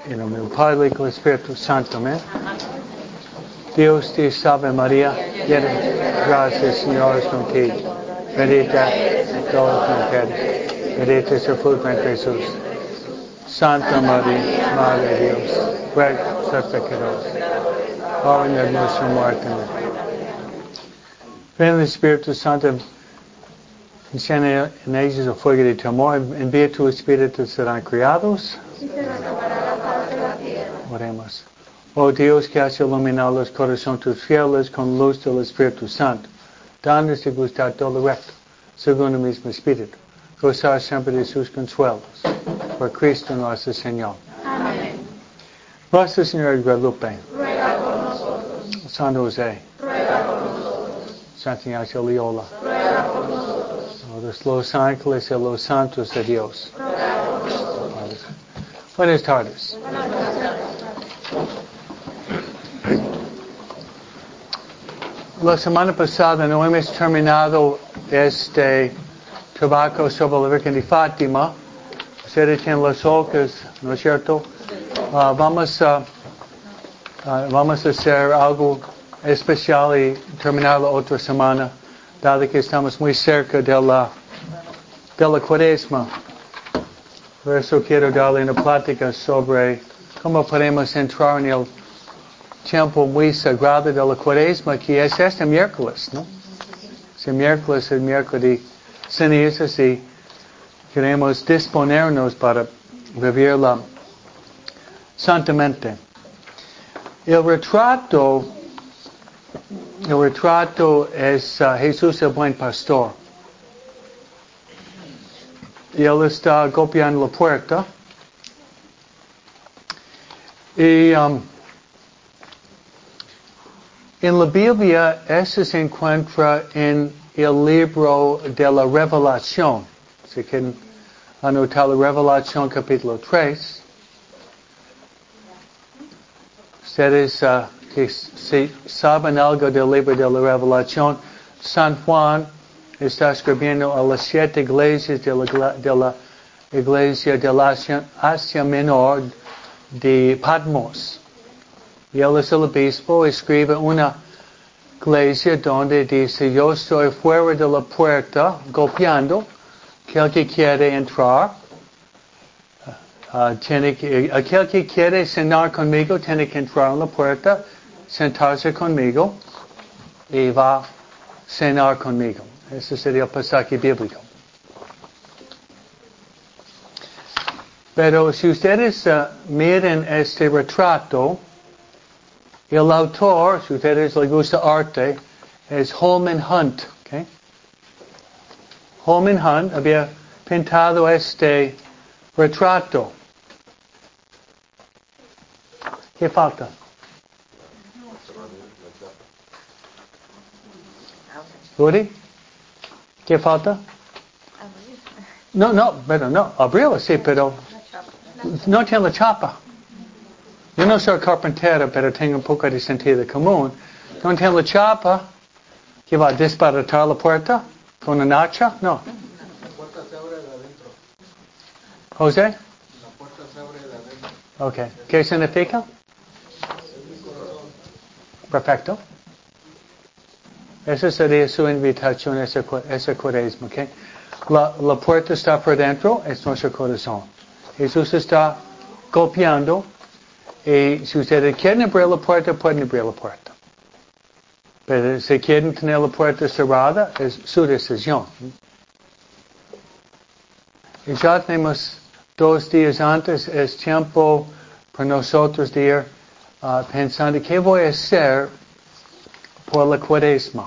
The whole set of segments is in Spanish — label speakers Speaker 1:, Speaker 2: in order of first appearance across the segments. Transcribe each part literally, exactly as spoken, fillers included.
Speaker 1: En nombre del Padre, y del Espíritu Santo, amén. Dios te salve María, llena de gracia, el Señor es contigo. Bendita en todas las mujeres, bendito es el fruto de Jesús. Santa María, Madre de Dios, ruega por los pecadores, ahora y en nuestra muerte. Ven el Espíritu Santo, enciende en ellos el fuego de tu amor, envía tu Espíritu, serán criados. Oremos. Oh Dios, que has iluminado los corazones de tus fieles con luz del Espíritu Santo, danos de gustar todo lo recto, según el mismo Espíritu, gozar siempre de sus consuelos. Por Cristo nuestro Señor.
Speaker 2: Amén.
Speaker 1: Nuestra Señora de Guadalupe,
Speaker 2: Ruega por nosotros.
Speaker 1: San José,
Speaker 2: Ruega por nosotros.
Speaker 1: Santa Ignacia Loyola,
Speaker 2: Ruega por nosotros.
Speaker 1: todos los ángeles y los santos de Dios.
Speaker 2: Ruega por nosotros.
Speaker 1: Buenas tardes.
Speaker 2: Buenas tardes.
Speaker 1: La semana pasada no hemos terminado este trabajo sobre la Virgen de Fátima. Ustedes tienen las hojas, ¿no es cierto? Uh, vamos, a, uh, vamos a hacer algo especial y terminar la otra semana, dado que estamos muy cerca de la, de la Cuaresma. Por eso quiero darle una plática sobre cómo podemos entrar en el tiempo muy sagrado de la Cuaresma, que es este miércoles, ¿no? Este miércoles, el miércoles de cenizas, y queremos disponernos para vivirla santamente. El retrato, el retrato es uh, Jesús el buen pastor. Y él está golpeando la puerta. Y um, en la Biblia, eso se encuentra en el libro de la Revelación. Si quieren anotar la Revelación capítulo tres. Ustedes uh, que si saben algo del libro de la Revelación, San Juan está escribiendo a las siete iglesias de la, de la iglesia de la Asia, Asia Menor de Patmos. Y él es el obispo, escribe una iglesia donde dice: yo estoy fuera de la puerta golpeando, que el que quiere entrar, uh, tiene que, aquel que quiere cenar conmigo tiene que entrar en la puerta, sentarse conmigo y va a cenar conmigo. Ese sería el pasaje bíblico. Pero si ustedes uh, miren este retrato, el autor, si a ustedes les gusta arte, es Holman Hunt. ¿Okay? Holman Hunt había pintado este retrato. ¿Qué falta? Rudy? ¿Qué falta? No, no, pero no, abrirlo sí, pero no tiene la chapa. Yo no soy carpintero, pero tengo un poco de sentido común. No tiene la chapa. ¿Qué va a disparatar la puerta? ¿Con un hacha? No.
Speaker 3: La puerta se abre de adentro.
Speaker 1: ¿José?
Speaker 3: La puerta se abre de adentro.
Speaker 1: Okay. ¿Qué significa? Perfecto. Esa sería su invitación a ese, ese cuaresma. ¿Okay? La, la puerta está por dentro, es nuestro corazón. Jesús está golpeando. Y si ustedes quieren abrir la puerta, pueden abrir la puerta. Pero si quieren tener la puerta cerrada, es su decisión. Y ya tenemos dos días antes, es tiempo para nosotros de ir uh, pensando qué voy a hacer por la Cuaresma.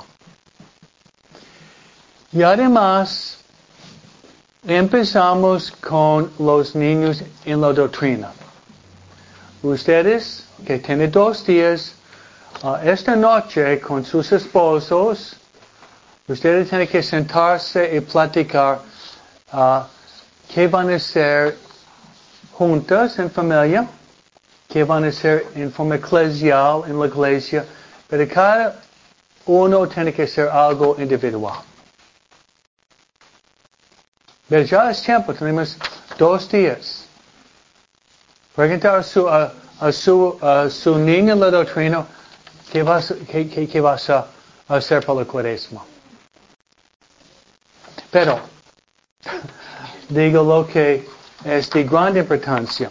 Speaker 1: Y además, empezamos con los niños en la doctrina. Ustedes que tienen dos días, uh, esta noche con sus esposos, ustedes tienen que sentarse y platicar uh, qué van a hacer juntas en familia, qué van a hacer en forma eclesial en la iglesia, pero cada uno tiene que hacer algo individual. Pero ya es tiempo, tenemos dos días. Preguntar a su, a, a su, a su niño la doctrina, ¿qué vas, qué, qué, qué vas a hacer para la cuaresma? Pero, digo lo que es de gran importancia.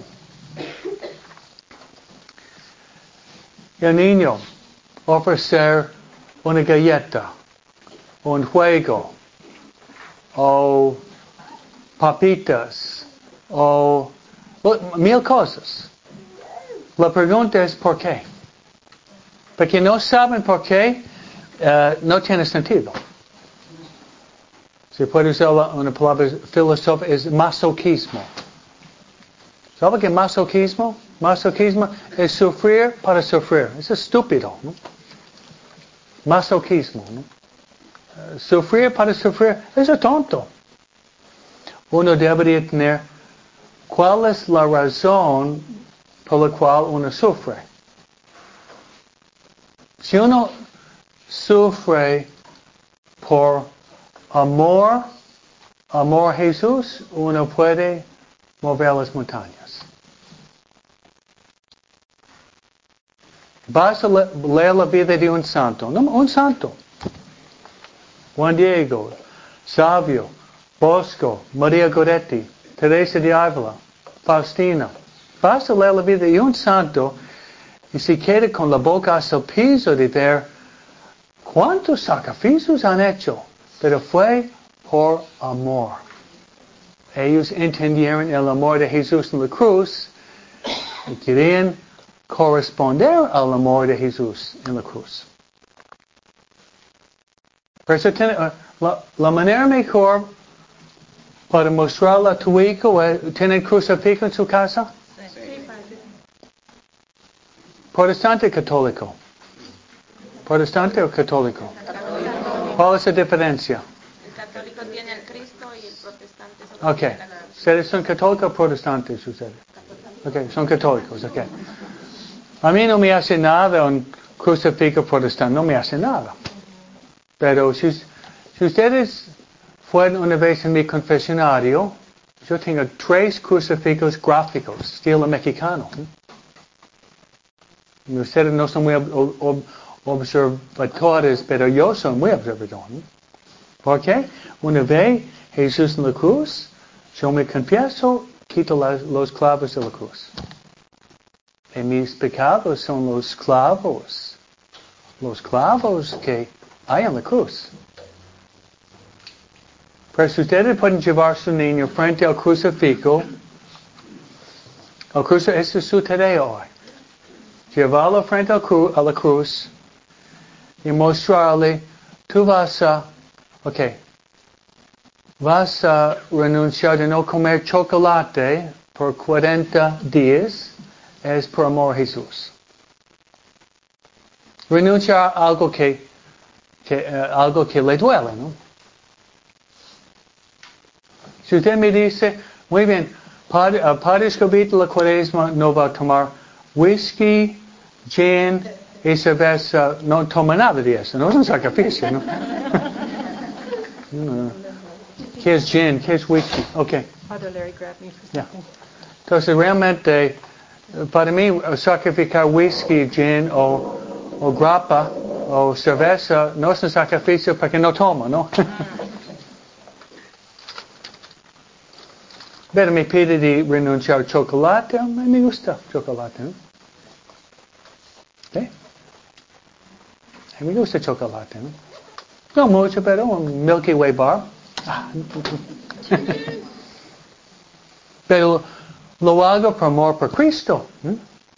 Speaker 1: El niño ofrecer una galleta, un juego, o papitas, o mil cosas. La pregunta es ¿por qué? Porque no saben por qué, uh, no tiene sentido. Si puedo usar una palabra filosófica, es masoquismo. ¿Sabe qué es masoquismo? Masoquismo es sufrir para sufrir. Eso es estúpido, ¿no? Masoquismo, ¿no? Uh, sufrir para sufrir, eso es tonto. Uno debería tener cuál es la razón por la cual uno sufre. Si uno sufre por amor, amor a Jesús, uno puede mover las montañas. Vas a leer la vida de un santo, no, un santo. Juan Diego, Savio, Bosco, María Goretti, Teresa de Ávila, Faustina. Vas a leer la vida de un santo y se queda con la boca hasta el piso de ver cuántos sacrificios han hecho, pero fue por amor. Ellos entendieron el amor de Jesús en la cruz y querían corresponder al amor de Jesús en la cruz. Por eso la, la manera mejor para mostrarle a tu hijo, ¿tiene crucifijo en su casa?
Speaker 2: Sí.
Speaker 1: ¿Protestante o católico? ¿Protestante o católico? ¿Cuál es la diferencia?
Speaker 2: El católico tiene el Cristo y el protestante solo
Speaker 1: Ok.
Speaker 2: tiene la cruz.
Speaker 1: ¿Ustedes son católicos o protestantes? Ustedes? Ok, son católicos, ok. A mí no me hace nada un crucifijo protestante, no me hace nada. Pero si, si ustedes fueron una vez en mi confesionario, yo tengo tres crucifijos gráficos, estilo mexicano. Y ustedes no son muy ob- ob- observadores, pero yo soy muy observador. ¿No? ¿Por qué? Una vez Jesús en la cruz, yo me confieso, quito las, los clavos de la cruz. Y mis pecados son los clavos. Los clavos que hay en la cruz. Pero si ustedes pueden llevar a su niño frente al crucifijo, el crucifijo, esa es su tarea hoy. Llevarlo frente al cru, a la cruz y mostrarle, tú vas a, ok, vas a renunciar de no comer chocolate por cuarenta días, es por amor a Jesús. Renunciar a algo que, que, uh, algo que le duele, ¿no? Si usted me dice, muy bien, Padre, uh, Padre Escobito la cuaresma no va a tomar whisky, gin y cerveza, no toma nada de eso, no es un sacrificio, ¿no? no. ¿Qué es gin? ¿Qué es whisky? Ok.
Speaker 4: Father Larry grabbed me for
Speaker 1: Yeah.
Speaker 4: something.
Speaker 1: Entonces realmente, para mí, sacrificar whisky, gin o, o grappa o cerveza no es un sacrificio porque no toma, ¿no? Pero me pide de renunciar al chocolate, a mí me gusta chocolate, ¿no? ¿Sí? A mí me gusta chocolate, ¿no? No mucho, pero un Milky Way bar. Pero lo hago por amor por Cristo. ¿eh?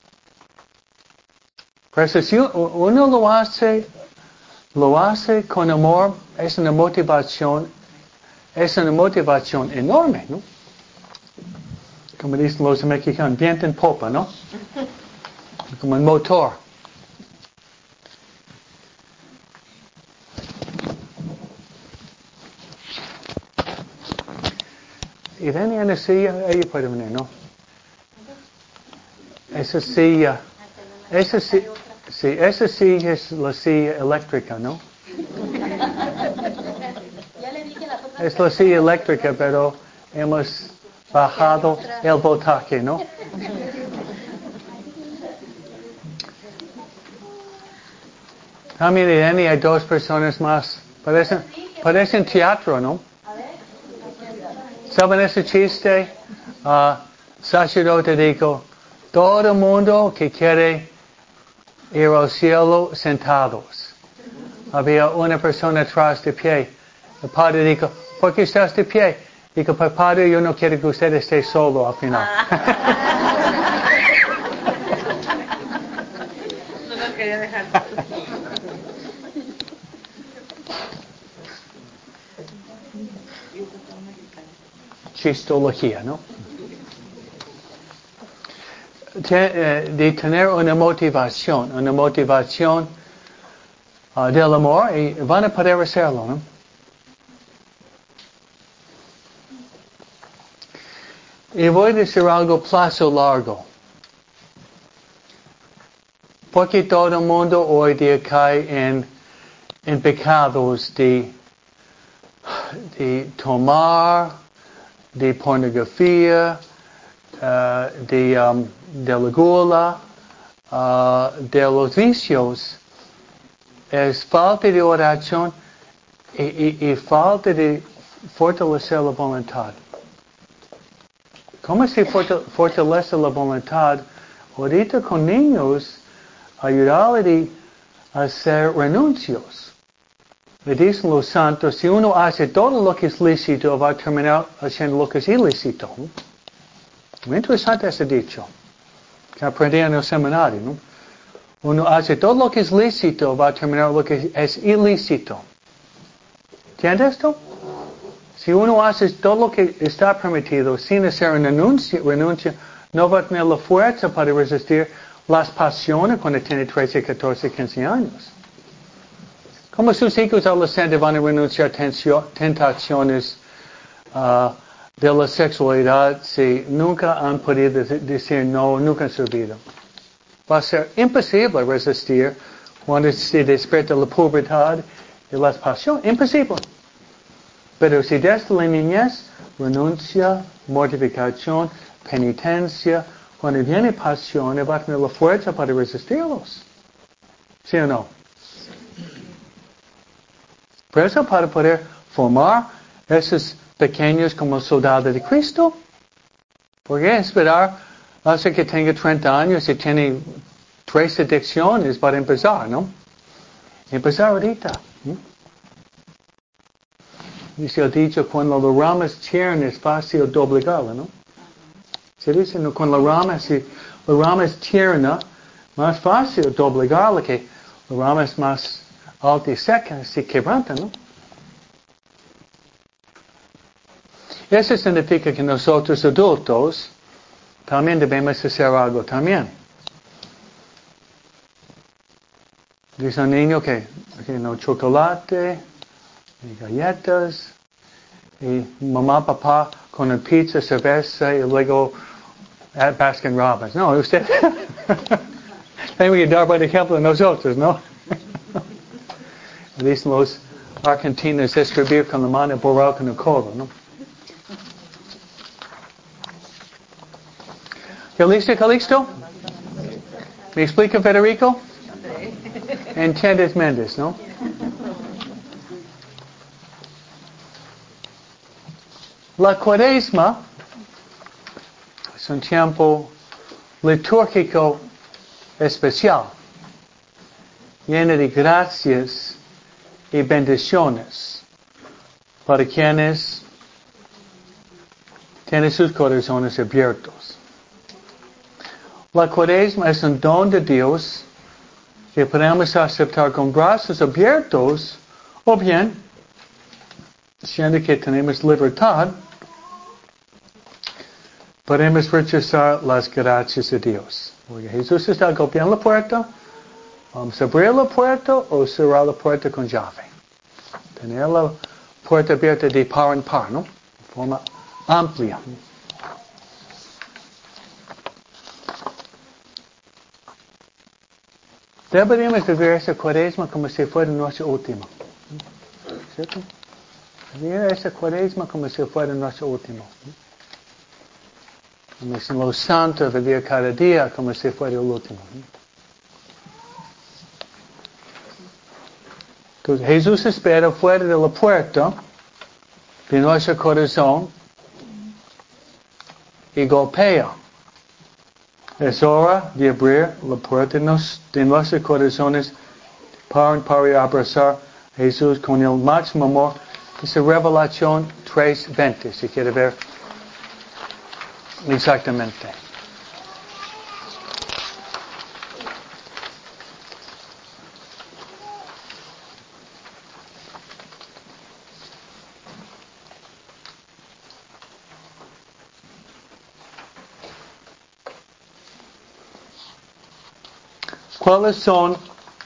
Speaker 1: Por eso si uno lo hace, lo hace con amor, es una motivación, es una motivación enorme, ¿no? Como dicen los mexicanos, viento en popa, ¿no? Como un motor. Y ven en la silla, ella puede venir, ¿no? Esa silla, esa silla, sí, esa silla es la silla eléctrica, ¿no? Es la silla eléctrica, pero hemos bajado el voltaje, ¿no? También Irene, hay dos personas más. Parecen, parecen teatro, ¿no? ¿Saben ese chiste? Uh, sacerdote dijo, todo el mundo que quiere ir al cielo sentados. Había una persona atrás de pie. El padre dijo, ¿por qué estás de pie? Dijo, pues padre, yo no quiero que usted esté solo al final.
Speaker 2: No lo quería dejar.
Speaker 1: Chistología, ¿no? De tener una motivación, una motivación uh, del amor, y van a poder hacerlo, ¿no? Y voy a decir algo plazo largo. Porque todo el mundo hoy día cae en, en pecados de, de tomar, de pornografía, uh, de, um, de la gula, uh, de los vicios. Es falta de oración y, y, y falta de fortalecer la voluntad. ¿Cómo se fortalece la voluntad? Ahorita con niños, ayudarles a hacer renuncios. Le dicen los santos, si uno hace todo lo que es lícito, va a terminar haciendo lo que es ilícito. Muy interesante ese dicho, que aprendí en el seminario, ¿no? Uno hace todo lo que es lícito, va a terminar lo que es ilícito. ¿Entiendes esto? Si uno hace todo lo que está permitido sin hacer una renuncia, renuncia, no va a tener la fuerza para resistir las pasiones cuando tiene trece, catorce, quince años. Como sus hijos adolescentes van a renunciar a tentaciones uh, de la sexualidad si nunca han podido decir no, nunca han servido. Va a ser imposible resistir cuando se despierta la pubertad y las pasiones. Imposible. Pero si desde la niñez, renuncia, mortificación, penitencia, cuando viene pasión, va a tener la fuerza para resistirlos. ¿Sí o no? Por eso, para poder formar esos pequeños como soldados de Cristo, porque esperar hasta que tenga treinta años y tiene tres adicciones para empezar, ¿no? Empezar ahorita. ¿no? Dice el dicho, cuando la rama es tierna es fácil doblegarla, ¿no? Se dice, no, cuando la rama, si la rama es tierna, más fácil doblegarla que la rama es más alta y seca, se quebranta, ¿no? Eso significa que nosotros adultos también debemos hacer algo también. Dice un niño que, que no chocolate, ni galletas, y mamá, papá con una pizza, cerveza y luego at Baskin Robbins. No, usted tenemos que dar buen ejemplo a nosotros, ¿no? Dicen los argentinos escribir con la mano, borrar con el codo, ¿no? ¿Ya listo, Calixto? ¿Me explica, Federico? Entiendes, Méndez, ¿no? La Cuaresma es un tiempo litúrgico especial, lleno de gracias y bendiciones para quienes tienen sus corazones abiertos. La Cuaresma es un don de Dios que podemos aceptar con brazos abiertos o bien, siendo que tenemos libertad, podemos rechazar las gracias de Dios. Porque Jesús está golpeando la puerta, vamos a abrir la puerta o cerrar la puerta con llave. Tener la puerta abierta de par en par, ¿no? De forma amplia. Deberíamos vivir esa Cuaresma como si fuera nuestra última. ¿Cierto? Vivir esa Cuaresma como si fuera nuestra última. Como dicen los santos, vivir cada día como si fuera el último. Entonces Jesús espera fuera de la puerta de nuestro corazón y golpea. Es hora de abrir la puerta de, nos, de nuestros corazones para, para abrazar a Jesús con el máximo amor. Es Revelación tres veinte, si quiere ver exactamente. ¿Cuáles son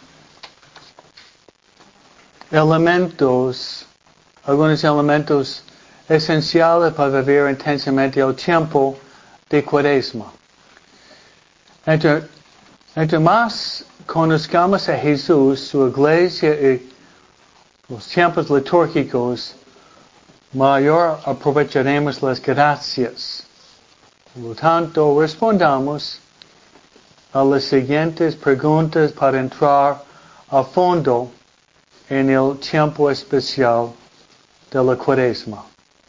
Speaker 1: elementos, algunos elementos esenciales para vivir intensamente el tiempo de Cuaresma? Entre, entre más conozcamos a Jesús, su iglesia y los tiempos litúrgicos, mayor aprovecharemos las gracias. Por lo tanto, respondamos a las siguientes preguntas para entrar a fondo en el tiempo especial de la Cuaresma.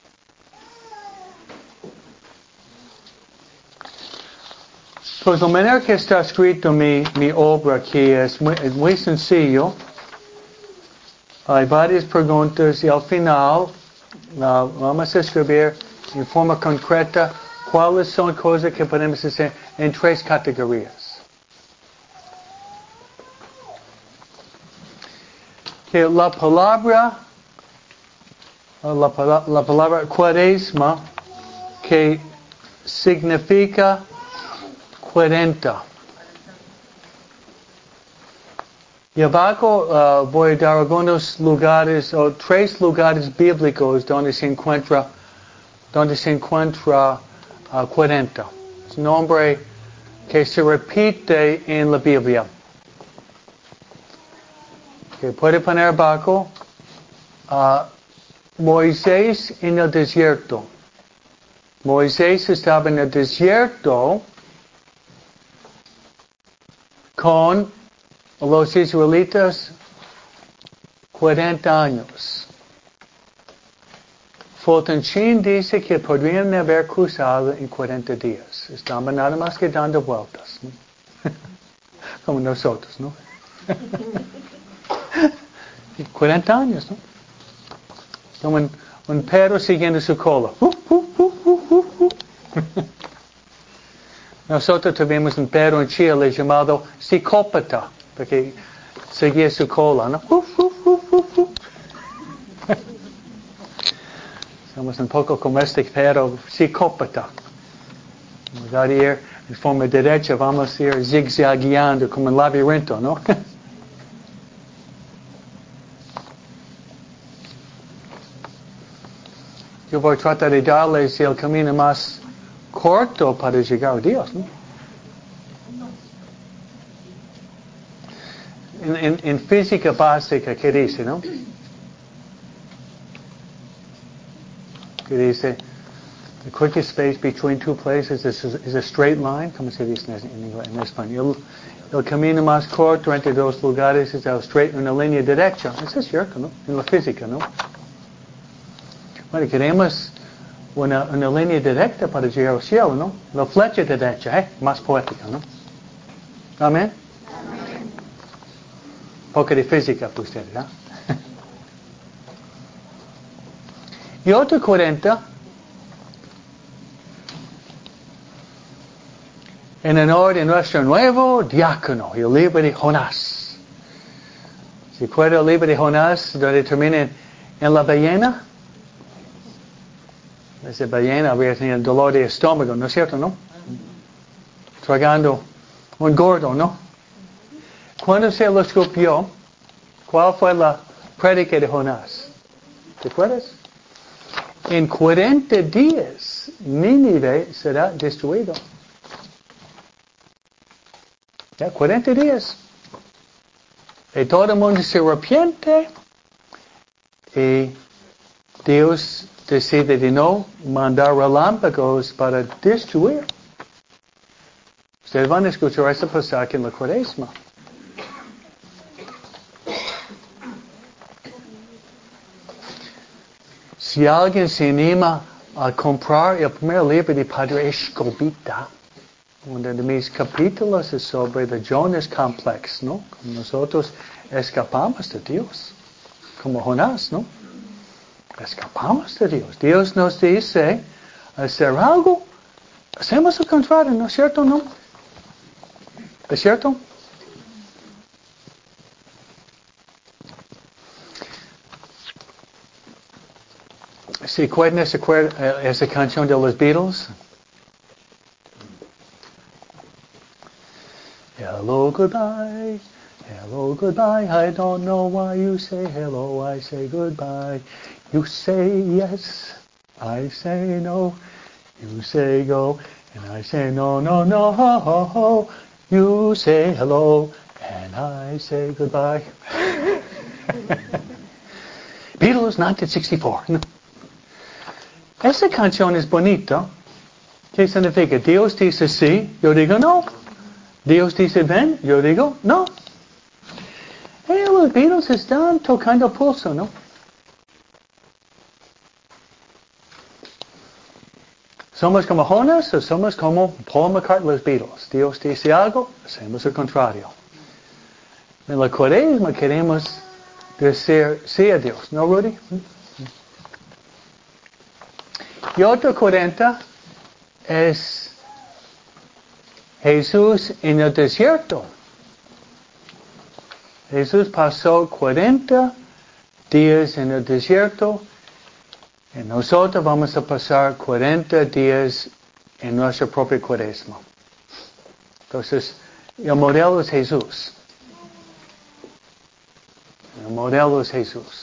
Speaker 1: Pues la manera que está escrito mi, mi obra aquí es muy, es muy sencillo. Hay varias preguntas y al final uh, vamos a escribir en forma concreta cuáles son cosas que podemos hacer en tres categorías. Que la palabra, la, la palabra Cuaresma, que significa cuarenta. Y abajo uh, voy a dar algunos lugares o tres lugares bíblicos donde se encuentra, donde se encuentra uh, cuarenta. Es un nombre que se repite en la Biblia. Que puede poner abajo uh, Moisés en el desierto. Moisés estaba en el desierto con los israelitas cuarenta años. Fulton Sheen dice que podrían haber cruzado en cuarenta días. Estaban nada más que dando vueltas, ¿no? Como nosotros, ¿no? cuarenta años, ¿no? Como un, un perro siguiendo su cola. Uh, uh, uh, uh, uh, uh. Nosotros tuvimos un perro en Chile llamado psicópata, porque seguía su cola, ¿no? Uh, uh, uh, uh, uh. Somos un poco como este perro psicópata. En lugar de ir en forma derecha, vamos a ir zigzagueando como un laberinto, ¿no? Yo voy a tratar de darles el camino más corto para llegar a Dios, ¿no? En, en, en física básica, ¿qué dice, no? ¿Qué dice? The quickest space between two places is, is a straight line. ¿Cómo se dice en, en, en español? El camino más corto entre dos lugares es el straight, una línea derecha. Eso es cierto, ¿no? En la física, ¿no? Bueno, queremos una, una línea directa para llegar al cielo, ¿no? La flecha derecha, ¿eh? Más poética, ¿no? Amén. Amén. Poco de física para ustedes, ¿eh? Y otro cuarenta, en honor de nuestro nuevo diácono, el libro de Jonás. ¿Se acuerda el libro de Jonás, donde termina en, en la ballena? Esa ballena había tenido dolor de estómago, ¿no es cierto, no? Tragando un gordo, ¿no? Cuando se lo escupió, ¿cuál fue la prédica de Jonás? ¿Te acuerdas? En cuarenta días, Nínive será destruido. Ya, cuarenta días. Y todo el mundo se arrepiente. Y Dios decide de no mandar relámpagos para destruir. Ustedes van a escuchar ese pasaje en la Cuaresma. Si alguien se anima a comprar el primer libro de Padre Escobita, uno de mis capítulos es sobre the Jonas Complex, ¿no? Como nosotros escapamos de Dios, como Jonás, ¿no? Escapamos de Dios. Dios nos dice hacer algo, hacemos lo contrario, ¿no es cierto? ¿No? ¿Es cierto? ¿Se acuerdan esa, esa canción de los Beatles? Hello, goodbye. Hello, goodbye. I don't know why you say hello. I say goodbye. You say yes. I say no. You say go. And I say no, no, no. You say hello. And I say goodbye. Beatles nineteen sixty-four. No. Esa canción es bonita. ¿Qué significa? Dios dice sí, yo digo no. Dios dice ven, yo digo no. Hey, los Beatles están tocando pulso, ¿no? ¿Somos como Jonas o somos como Paul McCartney, los Beatles? Dios dice algo, hacemos lo contrario. En la cuaresma queremos decir sí a Dios, ¿no, Rudy? Y otro cuarenta es Jesús en el desierto. Jesús pasó cuarenta días en el desierto y nosotros vamos a pasar cuarenta días en nuestra propia cuaresma. Entonces, el modelo es Jesús. El modelo es Jesús.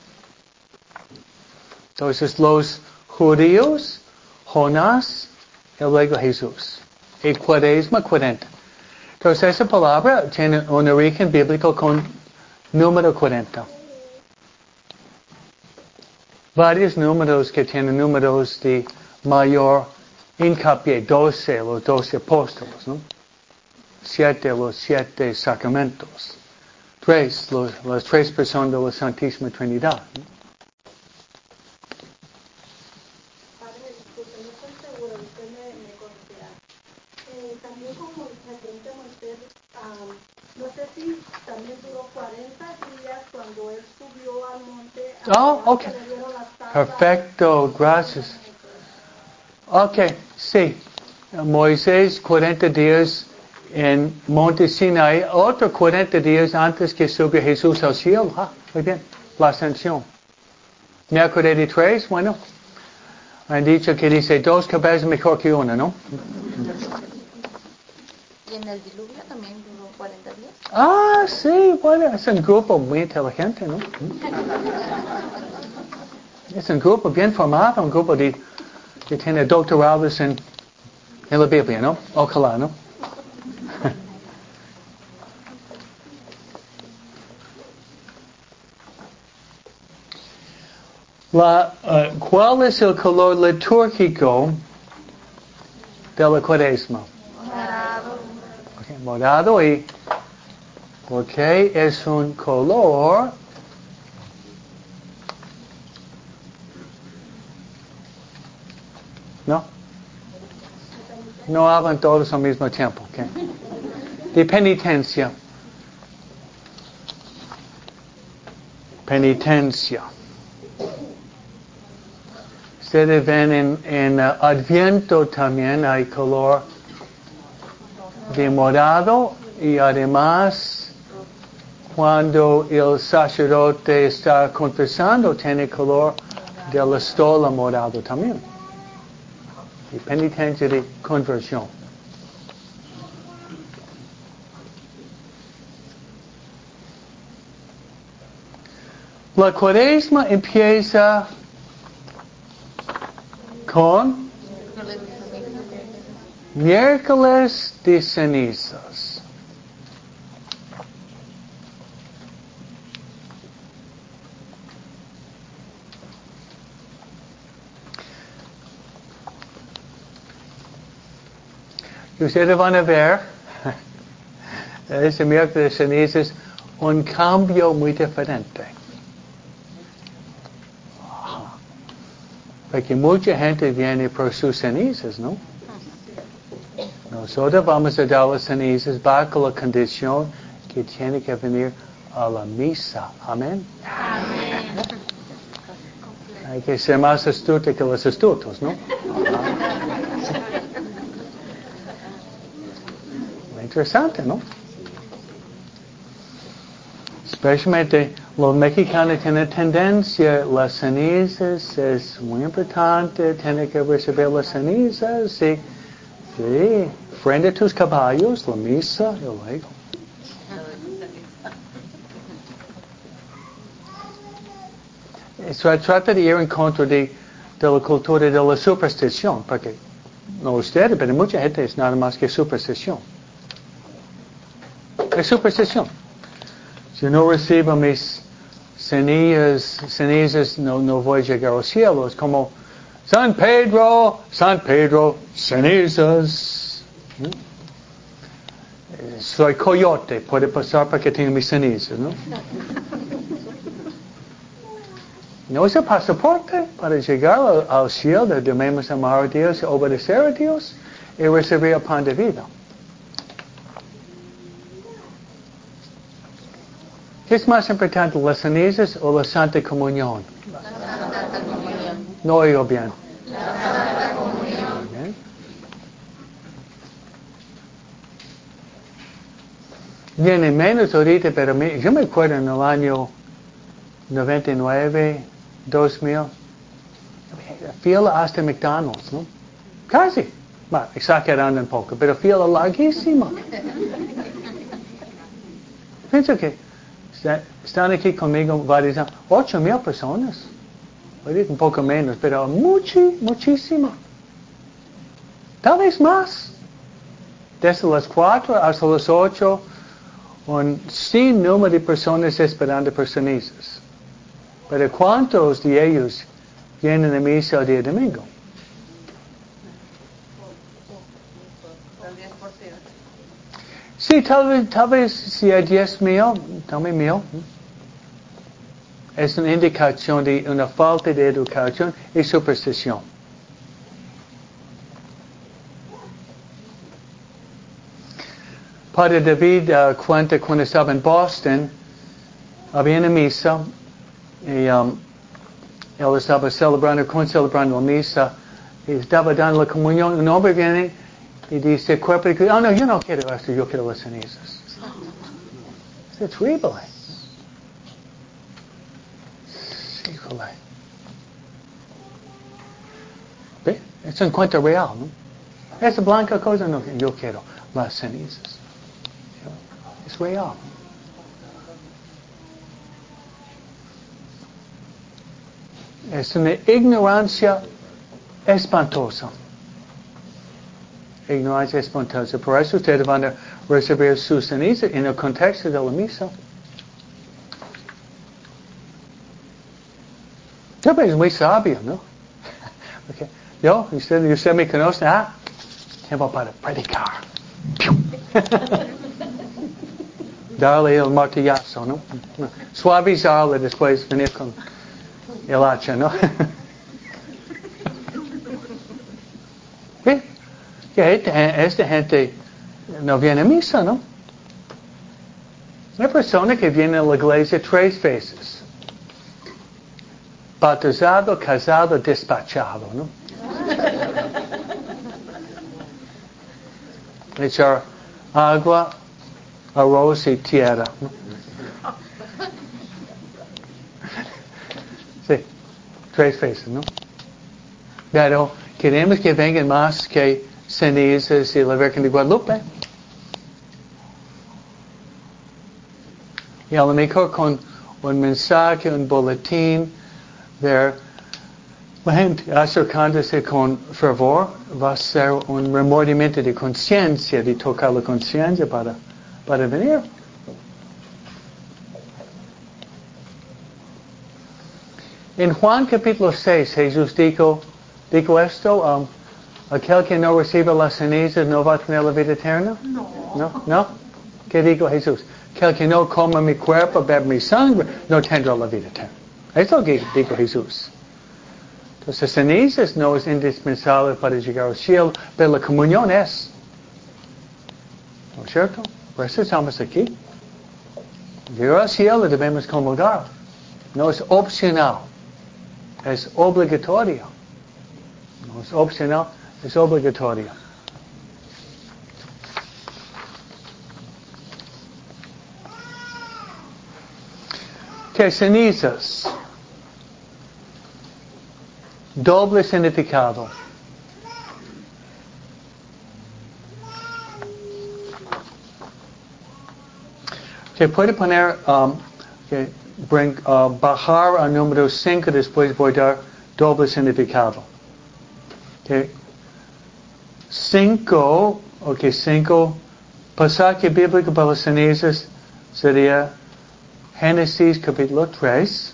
Speaker 1: Entonces, los judíos, Jonás y luego Jesús. Y cuaresma, cuarenta. Entonces esa palabra tiene un origen bíblico con número cuarenta. Varios números que tienen números de mayor hincapié. doce, los doce apóstolos, ¿no? Siete, los siete sacramentos. Tres, los, las tres personas de la Santísima Trinidad, ¿no?
Speaker 4: También como el presidente Moisés, um, no sé si también duró cuarenta días cuando él subió al monte.
Speaker 1: Oh, ok. Perfecto, gracias. Ok, sí. Moisés, cuarenta días en Monte Sinai, otros cuarenta días antes que subió Jesús al cielo. Ah, muy bien, la ascensión. Miércoles de tres, bueno, han dicho que dice dos cabezas mejor que una, ¿no?
Speaker 2: ¿Y en el diluvio también duró cuarenta días?
Speaker 1: Ah, sí, bueno, es un grupo muy inteligente, ¿no? Es un grupo bien formado, un grupo de, que tiene doctorados en, en la Biblia, ¿no? Ojalá, ¿no? La, uh, ¿Cuál es el color litúrgico de la cuaresma?
Speaker 2: Morado.
Speaker 1: Okay, morado y porque es un color no no hablan todos al mismo tiempo, okay. De penitencia, penitencia. Ustedes ven en, en uh, Adviento también hay color de morado y además cuando el sacerdote está confesando tiene color de la estola morado también. Y penitencia de conversión. La cuaresma empieza con miércoles de cenizas. Y ustedes van a ver, ese miércoles de cenizas, un cambio muy diferente. Porque mucha gente viene por sus cenizas, ¿no? Nosotros vamos a dar las cenizas bajo la condición que tiene que venir a la misa. Amén.
Speaker 2: Amén.
Speaker 1: Hay que ser más astuto que los astutos, ¿no? Interesante, ¿no? Especialmente los mexicanos tienen tendencia, las cenizas es muy importante, tienen que recibir las cenizas, sí, sí, frente a tus caballos, la misa, y luego. So, trata de ir en contra de, de la cultura de la superstición, porque no ustedes, pero mucha gente es nada más que superstición. Es superstición. Si no recibo mis cenizas, cenizas no, no voy a llegar al cielo. Es como, San Pedro, San Pedro, cenizas. ¿No? Soy coyote, puede pasar porque tengo mis cenizas, ¿no? No es el pasaporte para llegar al, al cielo. Debemos amar a Dios, obedecer a Dios y recibir el pan de vida. ¿Qué es más importante, las cenizas o la Santa Comunión?
Speaker 2: La Santa Comunión.
Speaker 1: No oigo bien.
Speaker 2: La Santa Comunión.
Speaker 1: Bien. Viene menos ahorita, pero me, yo me acuerdo en el año noventa y nueve, dos mil, fila hasta McDonald's, ¿no? Casi. Bueno, exagerando un poco, pero fila larguísima. Pienso que están aquí conmigo varios años, ocho mil personas. Ahorita un poco menos, pero muchi, muchísimo. Tal vez más. Desde las cuatro hasta las ocho, un sin número de personas esperando por cenizas. Pero ¿cuántos de ellos vienen a misa el día domingo? Sí, tal vez, tal vez si hay diez mil, también mil. Es una indicación de una falta de educación y superstición. Padre David uh, cuenta cuando estaba en Boston, había una misa y um, él estaba celebrando, con celebrando la misa y estaba dando la comunión. Un hombre viene y dice, cuerpo de Cristo, oh no, yo no quiero esto, yo quiero las cenizas. Es terrible. Híjole. ¿Ve? Es un cuento real, ¿no? Esa blanca cosa, no, yo quiero las cenizas. Es real. Es una ignorancia espantosa. Ignorancia espantosa. Por eso ustedes van a recibir sus cenizas en el contexto de la misa. Yo es muy sabio, ¿no? Okay. Yo, usted, usted me conoce, ah, tiempo para predicar. Darle el martillazo, ¿no? Suavizarle después venir con el hacha, ¿no? ¿Sí? Que esta gente no viene a misa, ¿no? Una persona que viene a la iglesia tres veces. Bautizado, casado, despachado, ¿no? Echar agua, arroz y tierra, ¿no? Sí, tres veces, ¿no? Pero queremos que vengan más que cenizas y la Virgen de Guadalupe. Y a lo mejor con un mensaje, un boletín, ver la gente acercándose con fervor, va a ser un remordimiento de conciencia, de tocar la conciencia para, para venir. En Juan capítulo seis, Jesús dijo, dijo esto, um, aquel que no recibe las cenizas no va a tener la vida eterna.
Speaker 4: No.
Speaker 1: ¿No? ¿No? ¿Qué dijo Jesús? Aquel que no coma mi cuerpo, bebe mi sangre, no tendrá la vida eterna. Eso es lo que dijo Jesús. Entonces, cenizas no es indispensable para llegar al cielo, pero la comunión es. ¿No es cierto? Por eso estamos aquí. Llegar al cielo debemos comulgar. No es opcional. Es obligatorio. No es opcional, es obligatorio. Que cenizas. Doble significado. Que puede poner, um, que bring, uh, bajar al número cinco, después voy a dar doble significado. Que cinco, ok, cinco, pasaje bíblico para las cenizas sería Génesis capítulo tres.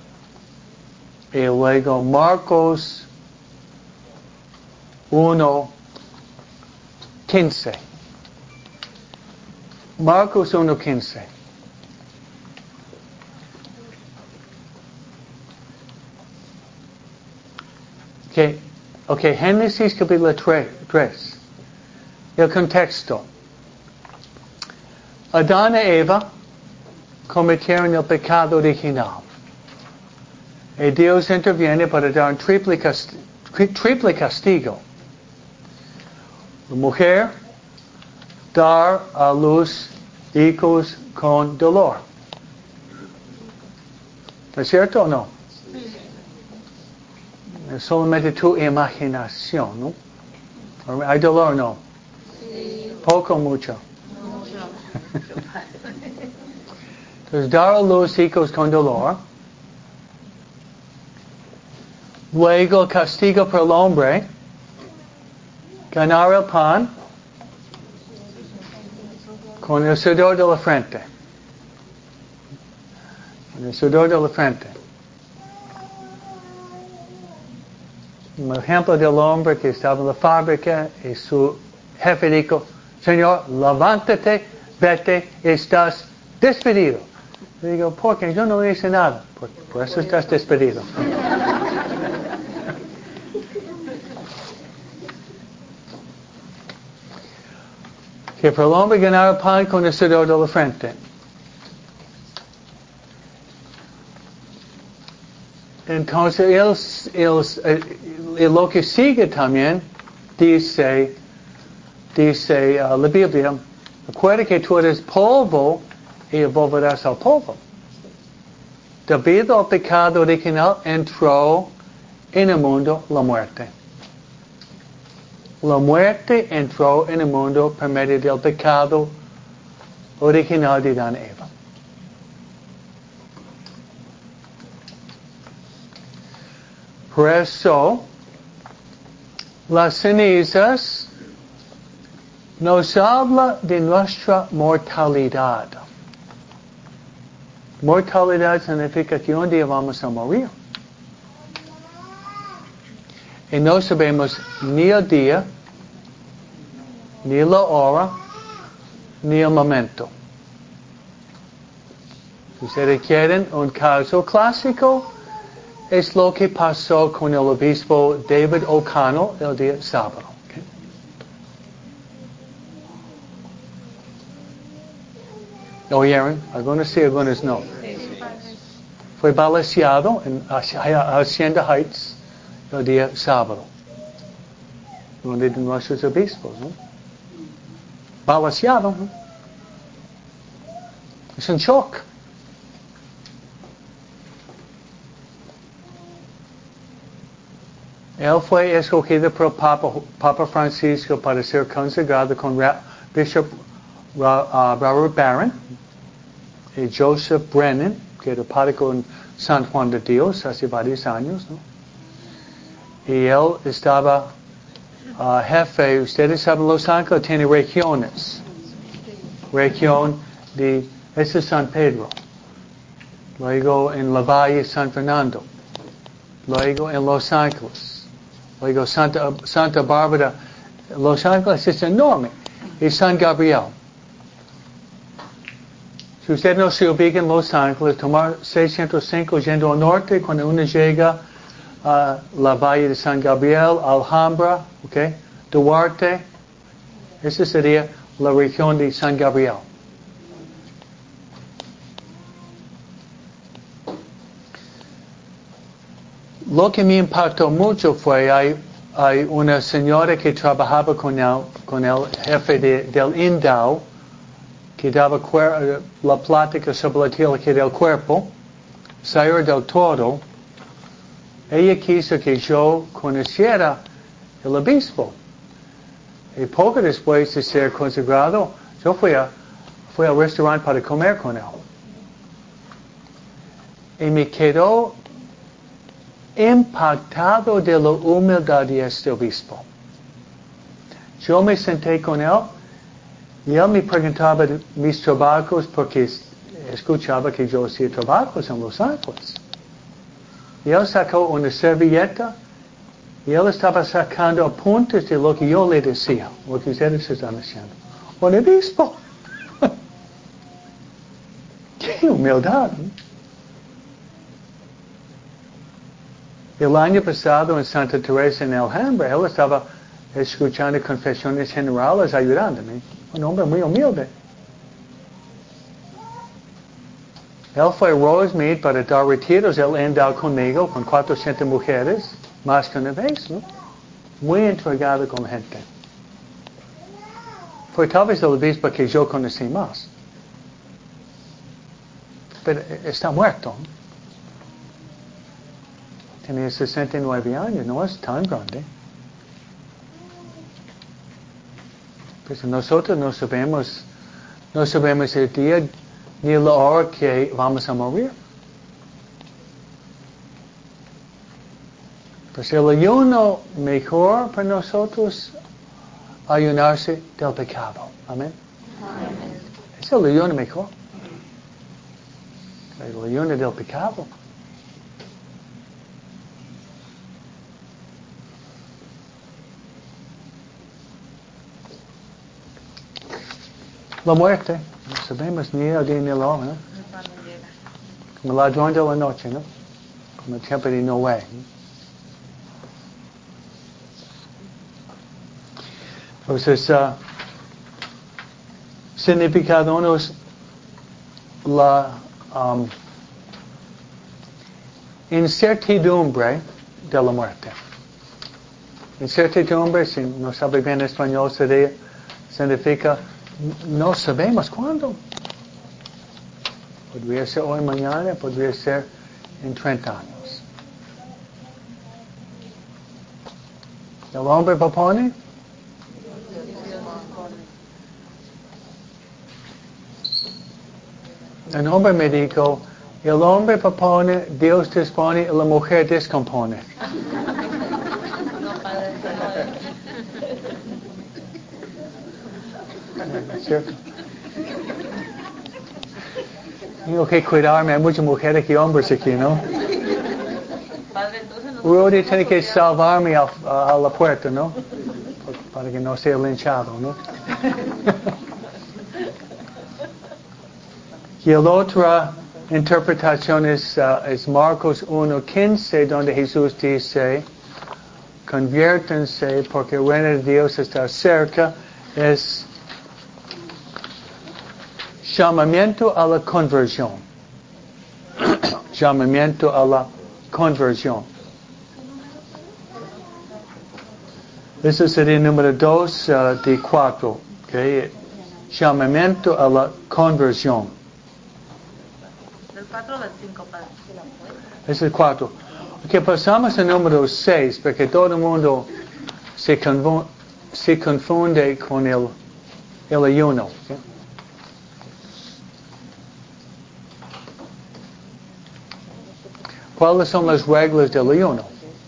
Speaker 1: Y luego Marcos uno, quince. Marcos uno, quince. Okay, okay, Génesis capítulo tres. El contexto. Adán y Eva cometieron el pecado original. Y Dios interviene para dar un triple castigo. Triple castigo. La mujer dar a luz hijos con dolor. ¿Es cierto o no? Es solamente tu imaginación, ¿no? ¿Hay dolor o no?
Speaker 2: Sí.
Speaker 1: Poco o mucho.
Speaker 2: Mucho.
Speaker 1: Entonces, dar a luz hijos con dolor. Luego, el castigo para el hombre. Ganar el pan con el sudor de la frente. Con el sudor de la frente. Un ejemplo del hombre que estaba en la fábrica y su jefe dijo, Señor, levántate, vete, estás despedido. Le digo, ¿por qué? Yo no le hice nada. Por, por eso estás despedido. Que para el hombre ganar el pan con el sudor de la frente. Entonces, él, él, él, lo que sigue también, dice, dice uh, la Biblia, recuerda que tú eres polvo y volverás al polvo. Debido al pecado original, entró en el mundo la muerte. La muerte entró en el mundo por medio del pecado original de Adán y Eva. Por eso, las cenizas nos habla de nuestra mortalidad. Mortalidad significa que un día vamos a morir. Y no sabemos ni el día, ni la hora, ni el momento. Si ustedes quieren un caso clásico, es lo que pasó con el obispo David O'Connell el día sábado. Okay. ¿Oyeron? Algunos sí, algunos no. Fue balaseado en Hacienda Heights el día sábado. Uno de nuestros obispos, ¿no? Balaseado, ¿no? Es un shock. Él fue escogido por el Papa, Papa Francisco para ser consagrado con Ra, Bishop Ra, uh, Robert Barron y Joseph Brennan, que era párroco en San Juan de Dios hace varios años, ¿no? Y él estaba uh, jefe, ustedes saben, Los Ángeles tiene regiones. Región de, ese es San Pedro. Luego en La Valle, San Fernando. Luego en Los Ángeles. Luego Santa, Santa Bárbara. Los Ángeles es enorme. Y San Gabriel. Si usted no se ubica en Los Ángeles, tomar seiscientos cinco yendo al norte, cuando uno llega uh, la Valle de San Gabriel, Alhambra, okay, Duarte. Esa sería la región de San Gabriel. Lo que me impactó mucho fue, hay, hay una señora que trabajaba con él, con el jefe de, del INDAO, que daba cuer, la plática sobre la teología del cuerpo, Sayer del Toro. Ella quiso que yo conociera el obispo. Y poco después de ser consagrado, yo fui, a, fui al restaurante para comer con él. Y me quedó impactado de la humildad de este obispo. Yo me senté con él y él me preguntaba de mis trabajos porque escuchaba que yo hacía trabajos en Los Ángeles. Y él sacó una servilleta y él estaba sacando apuntes de lo que yo le decía, lo que ustedes están haciendo. Un obispo. ¡Qué humildad! ¿eh? El año pasado en Santa Teresa en Alhambra, él estaba escuchando confesiones generales ayudándome. Un hombre muy humilde. Él fue a Rosemead para dar retiros, él andaba conmigo con cuatrocientas mujeres, más que una vez, ¿no? Muy entregado con la gente. Fue tal vez el obispo que yo conocí más. Pero está muerto. Tenía sesenta y nueve años, no es tan grande. Pues nosotros no sabemos, no sabemos el día ni la hora que vamos a morir. Pues el ayuno mejor para nosotros, ayunarse del pecado. Amén. Amén. Es el ayuno mejor. El ayuno del pecado. La muerte, no sabemos ni el día ni la hora, ¿no? Como el ladrón de la noche, ¿no? Como el tiempo de Noé, ¿no? Entonces, uh, significado uno es la um, incertidumbre de la muerte. Incertidumbre, si no sabe bien español, sería, significa no sabemos cuándo. Podría ser hoy, mañana, podría ser en treinta años. ¿El hombre propone? El hombre me dijo, el hombre propone, Dios dispone y la mujer descompone. ¿Es cierto? Tengo que cuidarme, hay muchas mujeres que hombres aquí, ¿no? Rudy tiene que salvarme a, a, a la puerta, ¿no? Para que no sea linchado, ¿no? Y la otra interpretación es, uh, es Marcos uno quince, donde Jesús dice, conviértanse porque el reino de Dios está cerca. Es llamamiento a la conversión. Llamamiento a la conversión. Ese sería el número dos uh, de cuatro. Okay? Llamamiento a la conversión.
Speaker 2: Del cuatro o del cinco, padre.
Speaker 1: Es el cuatro. Ok, pasamos al número seis, porque todo el mundo se, confu- se confunde con el, el ayuno. ¿Okay? ¿Cuáles son las reglas del ayuno?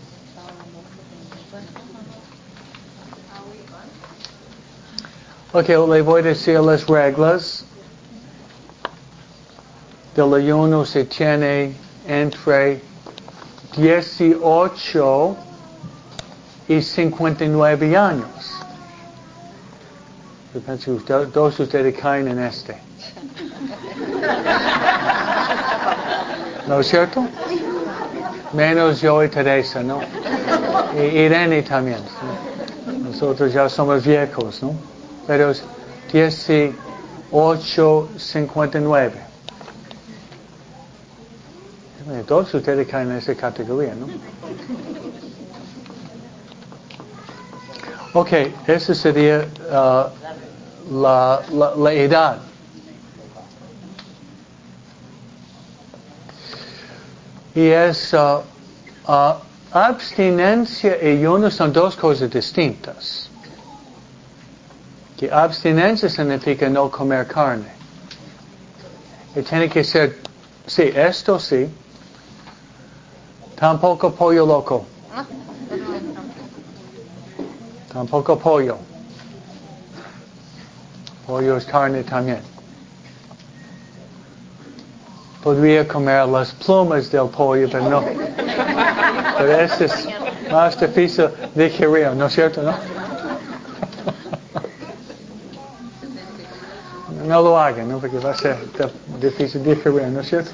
Speaker 1: Ok, le voy a decir las reglas. Del ayuno se tiene entre dieciocho y cincuenta y nueve años. Yo pienso que todos ustedes caen en este. ¿No es cierto? Menos yo y Teresa, ¿no? Y Irene también, ¿no? Nosotros ya somos viejos, ¿no? Pero es dieciocho cincuenta y nueve. Todos ustedes caen en esa categoría, ¿no? Ok, esa sería uh, la, la, la edad. Y es uh, uh, abstinencia y ayuno son dos cosas distintas. Que abstinencia significa no comer carne. Y tiene que ser, sí, esto sí. Tampoco pollo loco. Tampoco pollo. Pollo es carne también. Podría comer las plumas del pollo, pero no. Pero eso es más difícil de digerir, ¿no es cierto? ¿No? No lo hagan, ¿no? Porque va a ser difícil de digerir, ¿no es cierto?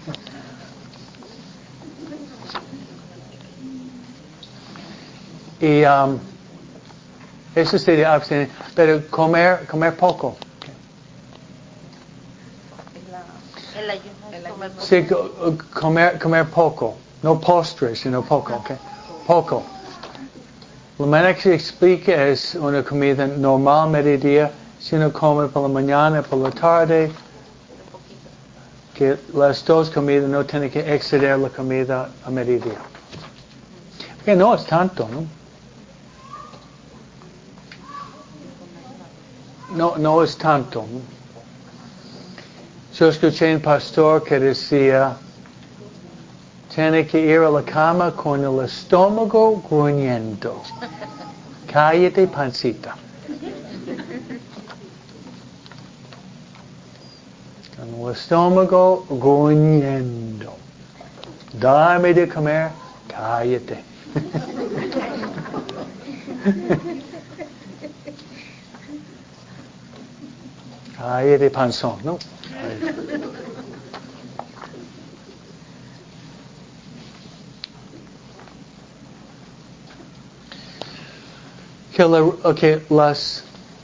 Speaker 1: Y um, eso sería abstener, pero comer, comer poco.
Speaker 2: El ayuno es comer poco.
Speaker 1: Sí, comer, comer poco, no postres, sino poco, ¿ok? Poco. La manera que se explica es una comida normal, mediodía, si uno come por la mañana, por la tarde, que las dos comidas no tienen que exceder la comida a mediodía. Que no es tanto, ¿no? No, no es tanto, ¿no? Yo escuché un pastor que decía, tiene que ir a la cama con el estómago gruñendo. Cállate, pancita. Con el estómago gruñendo. Dame de comer, cállate. Cállate, panzón, ¿no? Que la, okay, las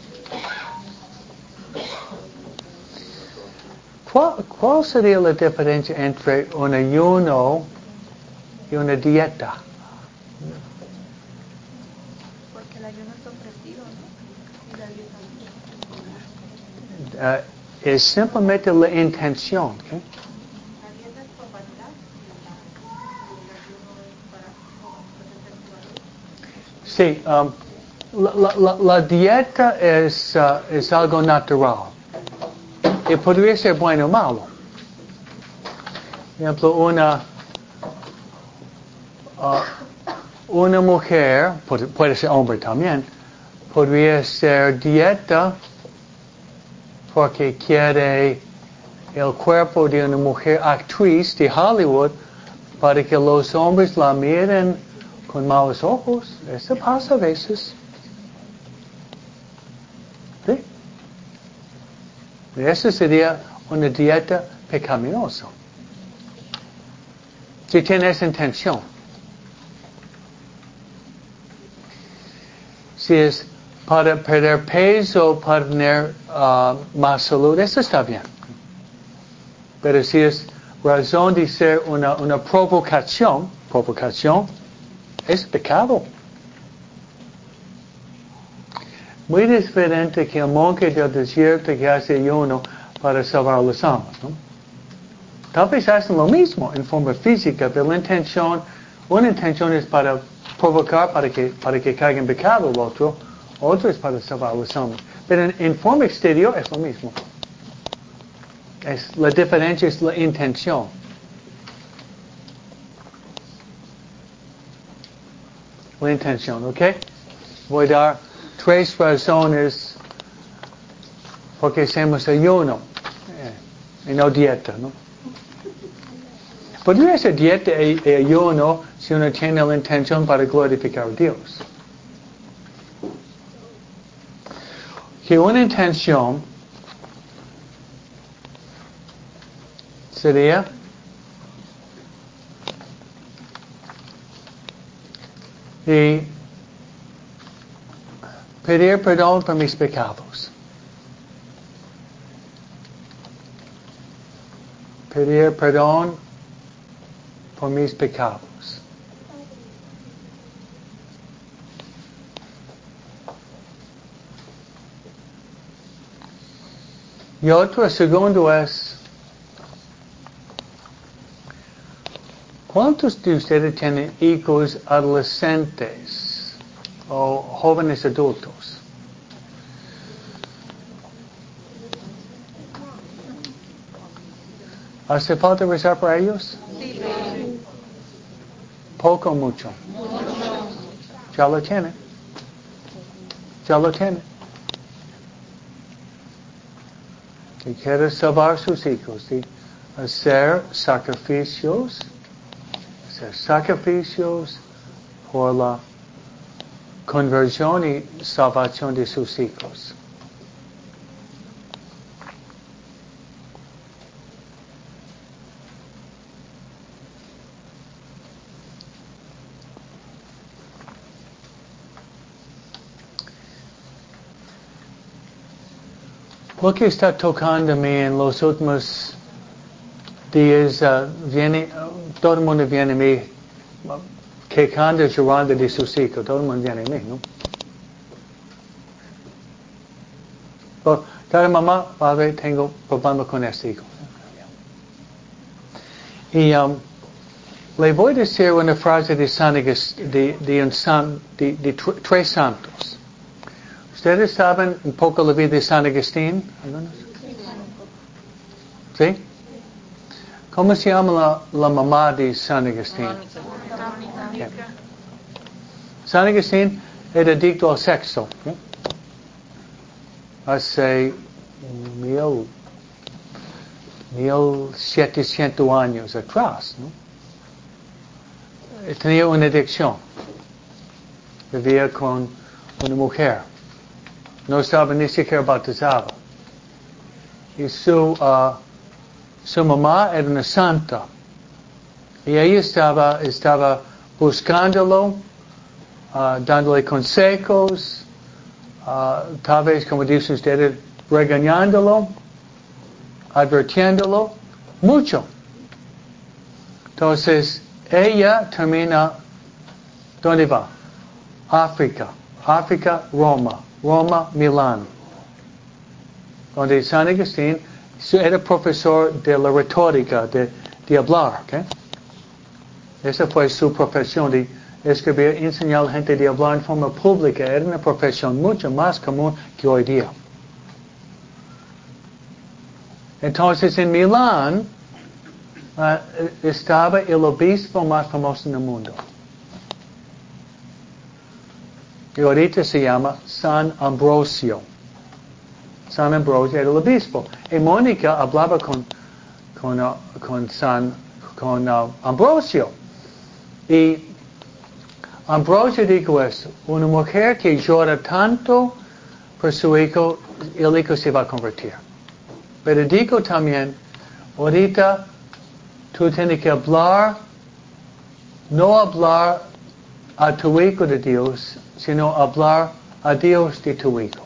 Speaker 1: ¿cuál, ¿cuál sería la diferencia entre un ayuno y una dieta?
Speaker 2: Porque el ayuno es ofrecido, ¿no? Y la dieta
Speaker 1: Uh, es simplemente la intención, ¿okay?
Speaker 2: La dieta es por vanidad y el ayuno es para proteger tu salud.
Speaker 1: Sí, um, la, la, la dieta es, uh, es algo natural. Y podría ser bueno o malo. Por ejemplo, una, uh, una mujer, puede, puede ser hombre también, podría ser dieta porque quiere el cuerpo de una mujer actriz de Hollywood para que los hombres la miren con malos ojos. Eso pasa a veces. ¿Sí? Eso sería una dieta pecaminosa. Si tiene esa intención. Si es para perder peso, para tener uh, más salud, eso está bien. Pero si es razón de ser una, una provocación, provocación, es pecado. Muy diferente que el monje del desierto que hace ayuno para salvar las almas, ¿no? Tal vez hacen lo mismo en forma física, pero la intención, una intención es para provocar, para que, para que caiga en pecado el otro, otro es para salvar las almas. Pero en, en forma exterior es lo mismo. Es, la diferencia es la intención. La intención, ¿ok? Voy a dar tres razones porque hacemos ayuno eh, y no dieta, ¿no? Podría ser dieta y, y ayuno si uno tiene la intención para glorificar a Dios. Que una intención sería y pedir perdón por mis pecados. Pedir perdón por mis pecados. Y otro segundo es, ¿cuántos de ustedes tienen hijos adolescentes o jóvenes adultos? ¿Hace falta rezar por ellos?
Speaker 2: Sí.
Speaker 1: ¿Poco o mucho? Ya lo tienen. Ya lo tienen. Y quiere salvar sus hijos, y hacer sacrificios, hacer sacrificios por la conversión y salvación de sus hijos. Lo que está tocándome en los últimos días, uh, viene, uh, todo el mundo viene a mí uh, quejando, llorando de sus hijos. Todo el mundo viene a mí, ¿no? Pero, cada mamá, padre, tengo problemas con este hijo. Y um, le voy a decir una frase de, San, de, de, un san, de, de tr- tres santos. ¿Ustedes saben un poco la vida de San Agustín? ¿Sí? ¿Cómo se llama la, la mamá de San Agustín? Okay. San Agustín era adicto al sexo. ¿Sí? Hace mil, mil setecientos años atrás, ¿no? Tenía una adicción. Vivía con una mujer. No estaba ni siquiera bautizado. Y su, uh, su mamá era una santa. Y ella estaba, estaba buscándolo, uh, dándole consejos, uh, tal vez, como dicen ustedes, regañándolo, advirtiéndolo, mucho. Entonces, ella termina, ¿dónde va? África. África, Roma. Roma, Milán, donde San Agustín era profesor de la retórica, de, de hablar. ¿Okay? Esa fue su profesión, de escribir, enseñar a la gente de hablar en forma pública. Era una profesión mucho más común que hoy día. Entonces, en Milán uh, estaba el obispo más famoso en el mundo. Y ahorita se llama San Ambrosio. San Ambrosio era el obispo. Y Mónica hablaba con, con, uh, con San con, uh, Ambrosio. Y Ambrosio dijo esto: una mujer que llora tanto por su hijo, el hijo se va a convertir. Pero dijo también, ahorita tú tienes que hablar, no hablar a tu hijo de Dios, sino hablar a Dios de tu hijo.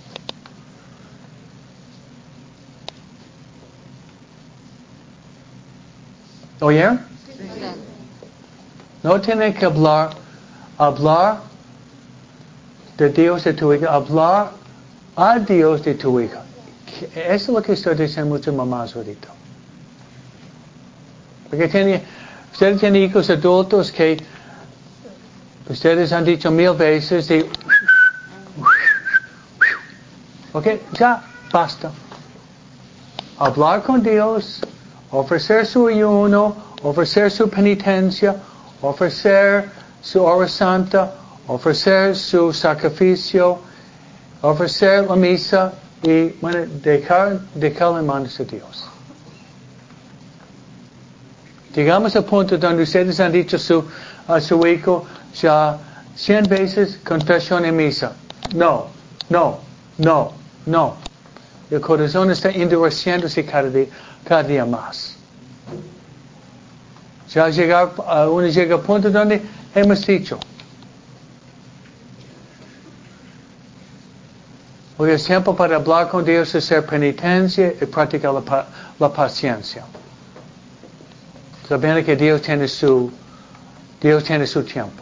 Speaker 1: ¿Oyeron? Sí. No tienes que hablar, hablar de Dios de tu hijo, hablar a Dios de tu hijo. Eso es lo que estoy diciendo muchas mamás ahorita. Porque tiene, ustedes tienen hijos adultos que ustedes han dicho mil veces de, ok, ya, basta. Hablar con Dios, ofrecer su ayuno, ofrecer su penitencia, ofrecer su hora santa, ofrecer su sacrificio, ofrecer la misa y, bueno, dejar, dejar en manos de Dios. Llegamos al punto donde ustedes han dicho su, a su hijo ya cien veces confesión en misa. No, no, no, no. El corazón está endureciéndose cada día, cada día más. Ya llegar, uh, uno llega al punto donde hemos dicho, Hoy es tiempo para hablar con Dios, hacer penitencia y practicar la, pa- la paciencia. Sabiendo que Dios tiene su, Dios tiene su tiempo.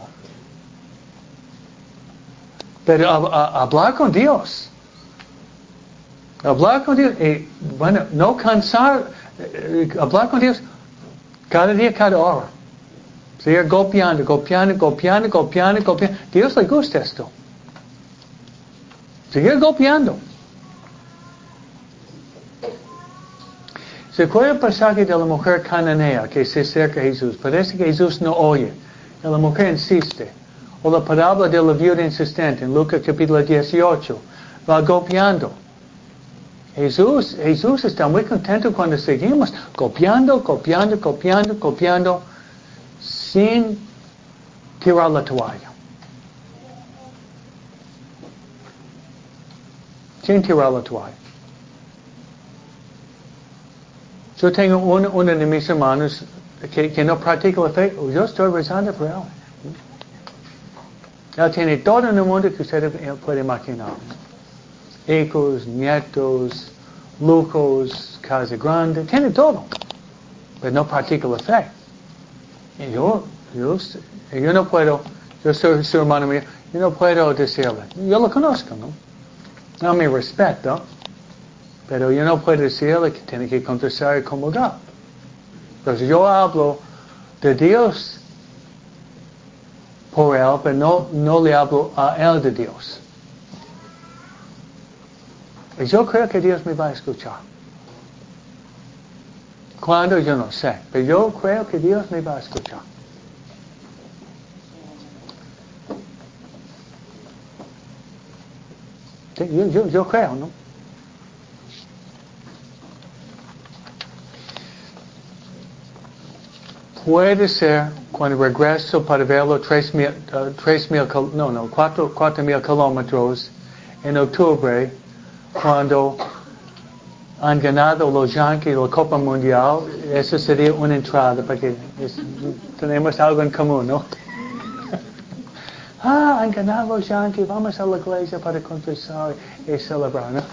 Speaker 1: Pero a, a, hablar con Dios. Hablar con Dios. Y, bueno, no cansar. Eh, hablar con Dios cada día, cada hora. Seguir golpeando, golpeando, golpeando, golpeando, golpeando. Dios le gusta esto. Seguir golpeando. ¿Se acuerda el pasaje de la mujer cananea que se acerca a Jesús? Parece que Jesús no oye. Y la mujer insiste. O la parábola de la viuda insistente en Lucas capítulo dieciocho. Va golpeando. Jesús, Jesús está muy contento cuando seguimos golpeando, golpeando, golpeando, golpeando, sin tirar la toalla. Sin tirar la toalla. Yo tengo uno, uno de mis hermanos que, que no practica la fe. Yo estoy rezando por él. Él tiene todo en el mundo que usted puede imaginar. Hijos, nietos, lujos, casa grande. Tiene todo. Pero no practica la fe. Y yo, yo, yo no puedo, yo soy su hermano mío, yo no puedo decirle. Yo lo conozco, ¿no? No me respeto. Pero yo no puedo decirle que tiene que confesar y comulgar. Entonces yo hablo de Dios por él, pero no, no le hablo a él de Dios. Y yo creo que Dios me va a escuchar. ¿Cuándo? Yo no sé. Pero yo creo que Dios me va a escuchar. Sí, yo, yo, yo creo, ¿no? Puede ser cuando regreso para verlo tres mil, uh, tres mil, no, no, cuatro, cuatro mil kilómetros en octubre, cuando han ganado los Yankees la Copa Mundial. Eso sería una entrada, porque es, tenemos algo en común, ¿no? Ah, han ganado los Yankees, vamos a la iglesia para confesar y celebrar, ¿no?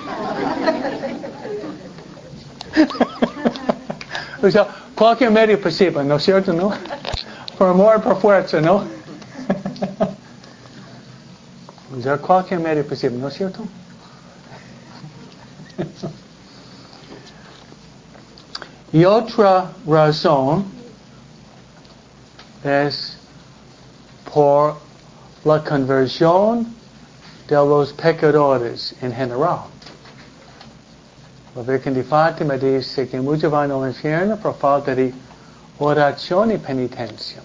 Speaker 1: O sea, cualquier medio posible, ¿no es cierto, no? Por amor, por fuerza, ¿no? O sea, cualquier medio posible, ¿no es cierto? Y otra razón es por la conversión de los pecadores en general. La Virgen de Fátima dice que muchos van al infierno por falta de oración y penitencia.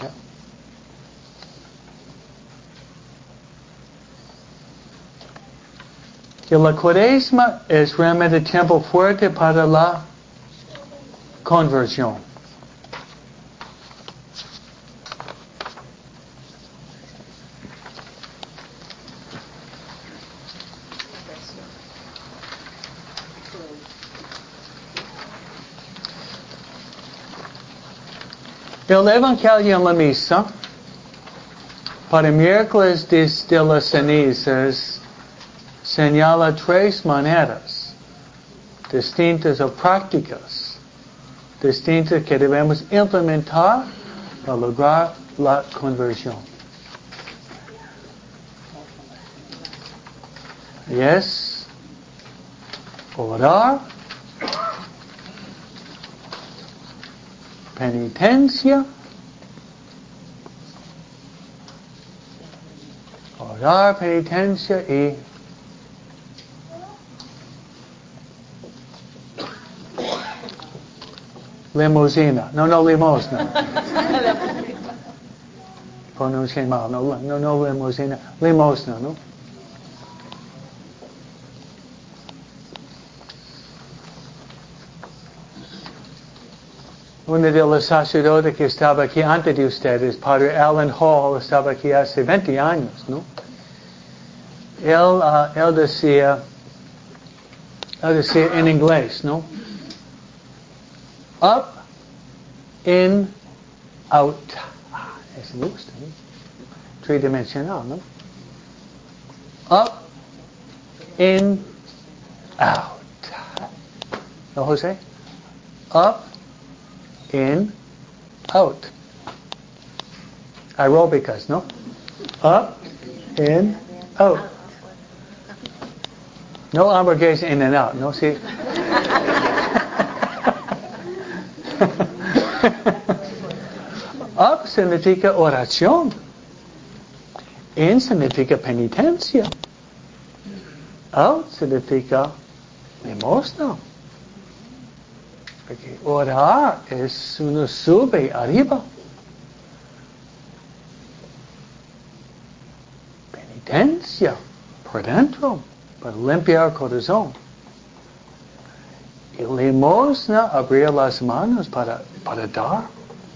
Speaker 1: Y la Cuaresma es realmente tiempo fuerte para la conversión. El Evangelio en la misa para miércoles de, de las cenizas señala tres maneras distintas o prácticas distintas que debemos implementar para lograr la conversión. Y es orar, penitencia, orar, penitencia y limosina. No, no limosna. Pronuncié mal. No, no, no limosina. Limosna, ¿no? Uno de los sacerdotes que estaba aquí antes de ustedes, Padre Alan Hall, estaba aquí hace veinte años, ¿no? Él, uh, él decía, él decía en inglés, ¿no? Up, in, out. Ah, eso me gusta, ¿no? Tridimensional, ¿no? Up, in, out. ¿No, José? Up, in, out. Aeróbicas, ¿no? Up, in, out. No hamburguesas in and out, ¿no? Sí. Up significa oración. In significa penitencia. Out significa limosna. Porque orar es uno sube arriba. Penitencia por dentro, para limpiar el corazón. Y limosna, abrir las manos para, para dar.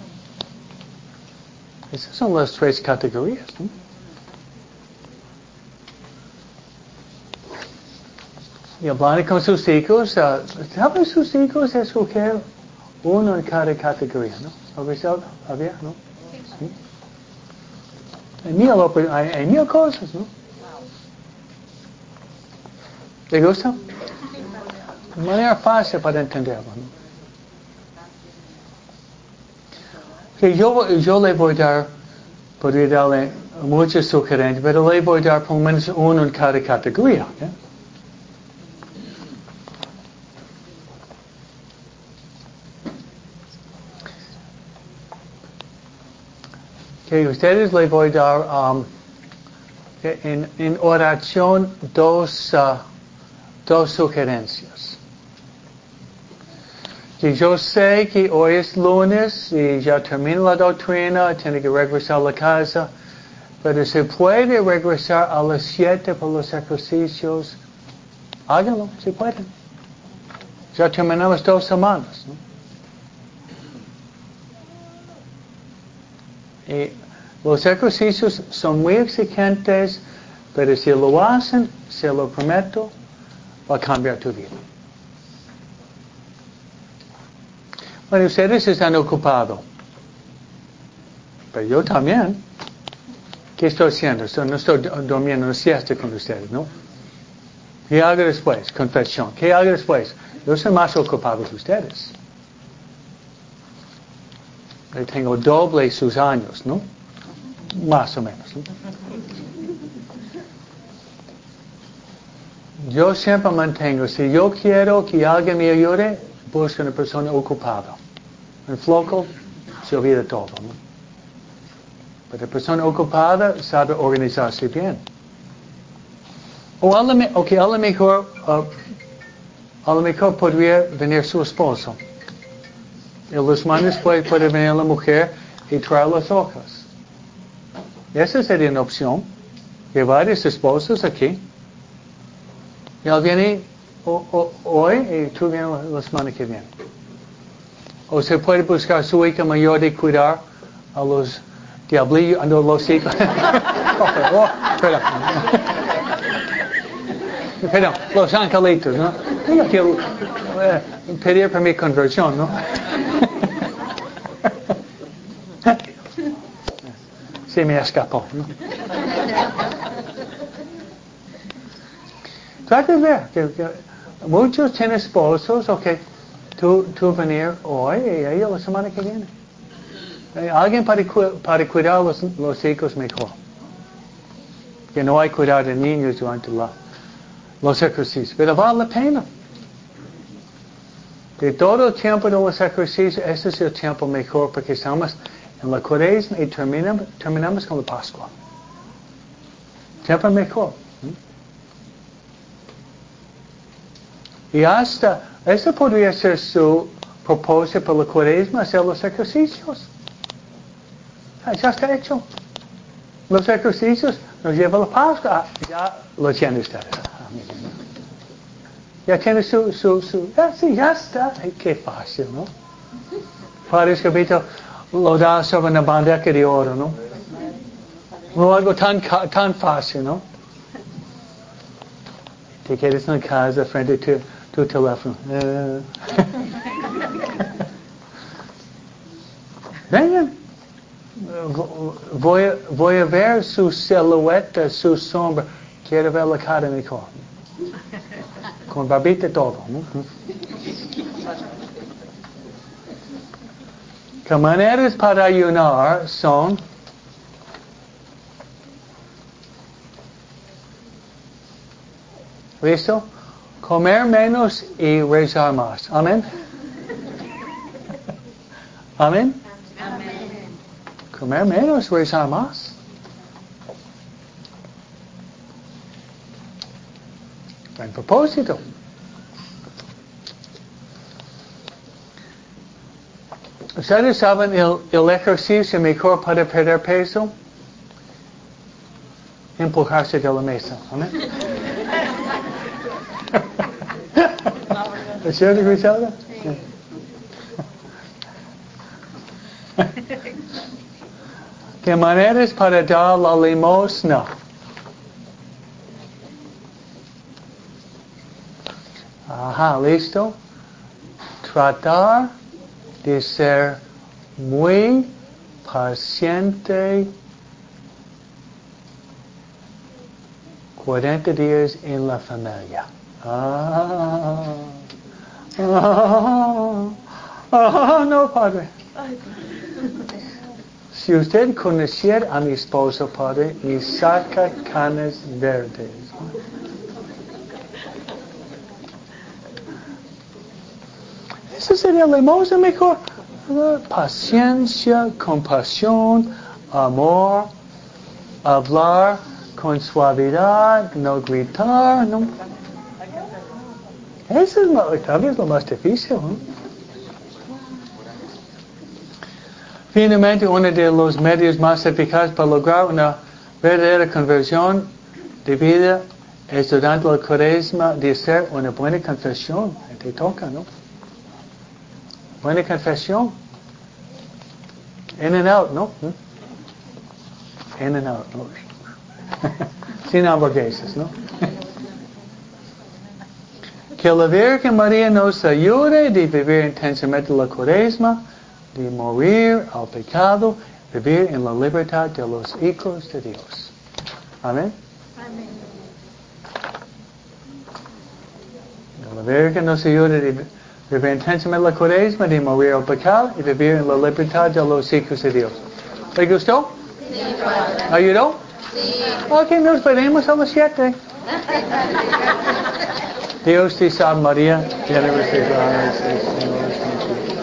Speaker 1: Esas son las tres categorías, ¿no? Y hablando con sus hijos, uh, ¿saben sus hijos escoger uno en cada categoría, no? ¿Habéis había, no? ¿Sí? Hay mil, hay, hay mil cosas, ¿no? ¿Le gusta? De manera fácil para entenderlo, ¿no? Que yo, yo le voy a dar, podría darle muchas sugerencias, pero le voy a dar por lo menos uno en cada categoría, ¿eh? Que ustedes le voy a dar um, en, en oración dos, uh, dos sugerencias. Que yo sé que hoy es lunes y ya termina la doctrina, tiene que regresar a la casa, pero se puede regresar a las siete por los ejercicios, háganlo, si pueden. Ya terminamos dos semanas, ¿no? Y los ejercicios son muy exigentes, pero si lo hacen, se lo prometo, va a cambiar tu vida. Bueno, ustedes están ocupados, pero yo también. ¿Qué estoy haciendo? No estoy durmiendo una siesta con ustedes, ¿no? ¿Qué hago después? Confesión. ¿Qué hago después? Yo soy más ocupado que ustedes. Yo tengo doble sus años, ¿no? Más o menos, ¿no? Yo siempre mantengo, si yo quiero que alguien me ayude, busco una persona ocupada. Un floco se olvida todo, ¿no? Pero la persona ocupada sabe organizarse bien. O a lo, okay, a lo mejor, uh, a lo mejor podría venir su esposo. Y los manos puede, puede venir la mujer y traer las hojas. Esa sería una opción. Hay varios esposos aquí. Y él viene o, o, hoy y tú vienes la semana que viene. O se puede buscar a su hija mayor de cuidar a los diablillos, no los hijos. oh, oh, perdón. Perdón, los angelitos, ¿no? Tengo que uh, pedir para mi conversión, ¿no? Se me escapó, ¿no? Trata de ver que, que muchos tienen esposos, ok, tú, tú venir hoy y ella la semana que viene. Eh, alguien para, para cuidar los, los hijos mejor. Que no hay cuidar de niños durante la, los ejercicios, pero vale la pena. De todo el tiempo de los ejercicios, este es el tiempo mejor porque estamos en la Cuaresma y terminamos, terminamos con la Pascua. Tiempo mejor. Y hasta, eso podría ser su propósito para la Cuaresma, hacer los ejercicios. Ah, ya está hecho. Los ejercicios nos llevan a la Pascua. Ah, ya lo tienen ustedes. Ah, ya tiene su, su, su, ah, sí, ya está. Ay, qué fácil, ¿no? Padre Escapito lo da sobre una bandeja de oro, ¿no? No algo tan, tan fácil, ¿no? Te quedas en casa frente a tu, tu teléfono. Uh. Vengan. Voy, voy a ver su silueta, su sombra. Quiero ver la cara mejor. con barbita y todo, ¿no? Que maneras para ayunar son ¿listo? Comer menos y rezar más. Amén. Amén.
Speaker 2: Amén.
Speaker 1: Comer menos, rezar más. Buen propósito. ¿Ustedes saben el, el ejercicio mejor para perder peso? Empujarse de la mesa. Amén. ¿Es cierto, Griselda? Sí. ¿Qué maneras para dar la limosna? Ajá, listo. Tratar de ser muy paciente cuarenta días en la familia. Ah, ah, ah, no, padre. Si usted conociera a mi esposo, padre, me saca canas verdes. Eso sería la limosna mejor. Paciencia, compasión, amor, hablar con suavidad, no gritar, no. Eso es lo, tal vez lo más difícil, ¿no? Finalmente, uno de los medios más eficaces para lograr una verdadera conversión de vida es durante la cuaresma de hacer una buena confesión. Te toca, ¿no? Buena confesión. In and out, ¿no? In and out, ¿no? Sin hamburguesas, ¿no? Que la Virgen María nos ayude a vivir intensamente la cuaresma, de morir al pecado, vivir en la libertad de los hijos de Dios. Amén.
Speaker 2: Amén.
Speaker 1: Que la Virgen nos ayude a vivir intensamente la cuaresma, de morir al pecado y vivir en la libertad de los hijos de Dios. ¿Le gustó?
Speaker 2: Sí, Padre.
Speaker 1: ¿Ayudó?
Speaker 2: Sí.
Speaker 1: Ok, nos veremos a las siete. Dios te salve María, llena de gracia, el Señor es contigo.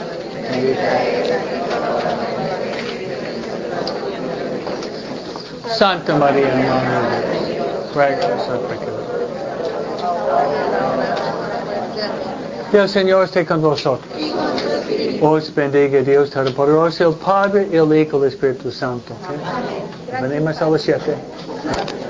Speaker 1: Santa María, Madre de Dios, ruega por nosotros pecadores. Y el Señor esté con vosotros. Os bendiga Dios Todopoderoso, el Padre, el Hijo y el Espíritu Santo. ¿Okay? Venimos a las siete.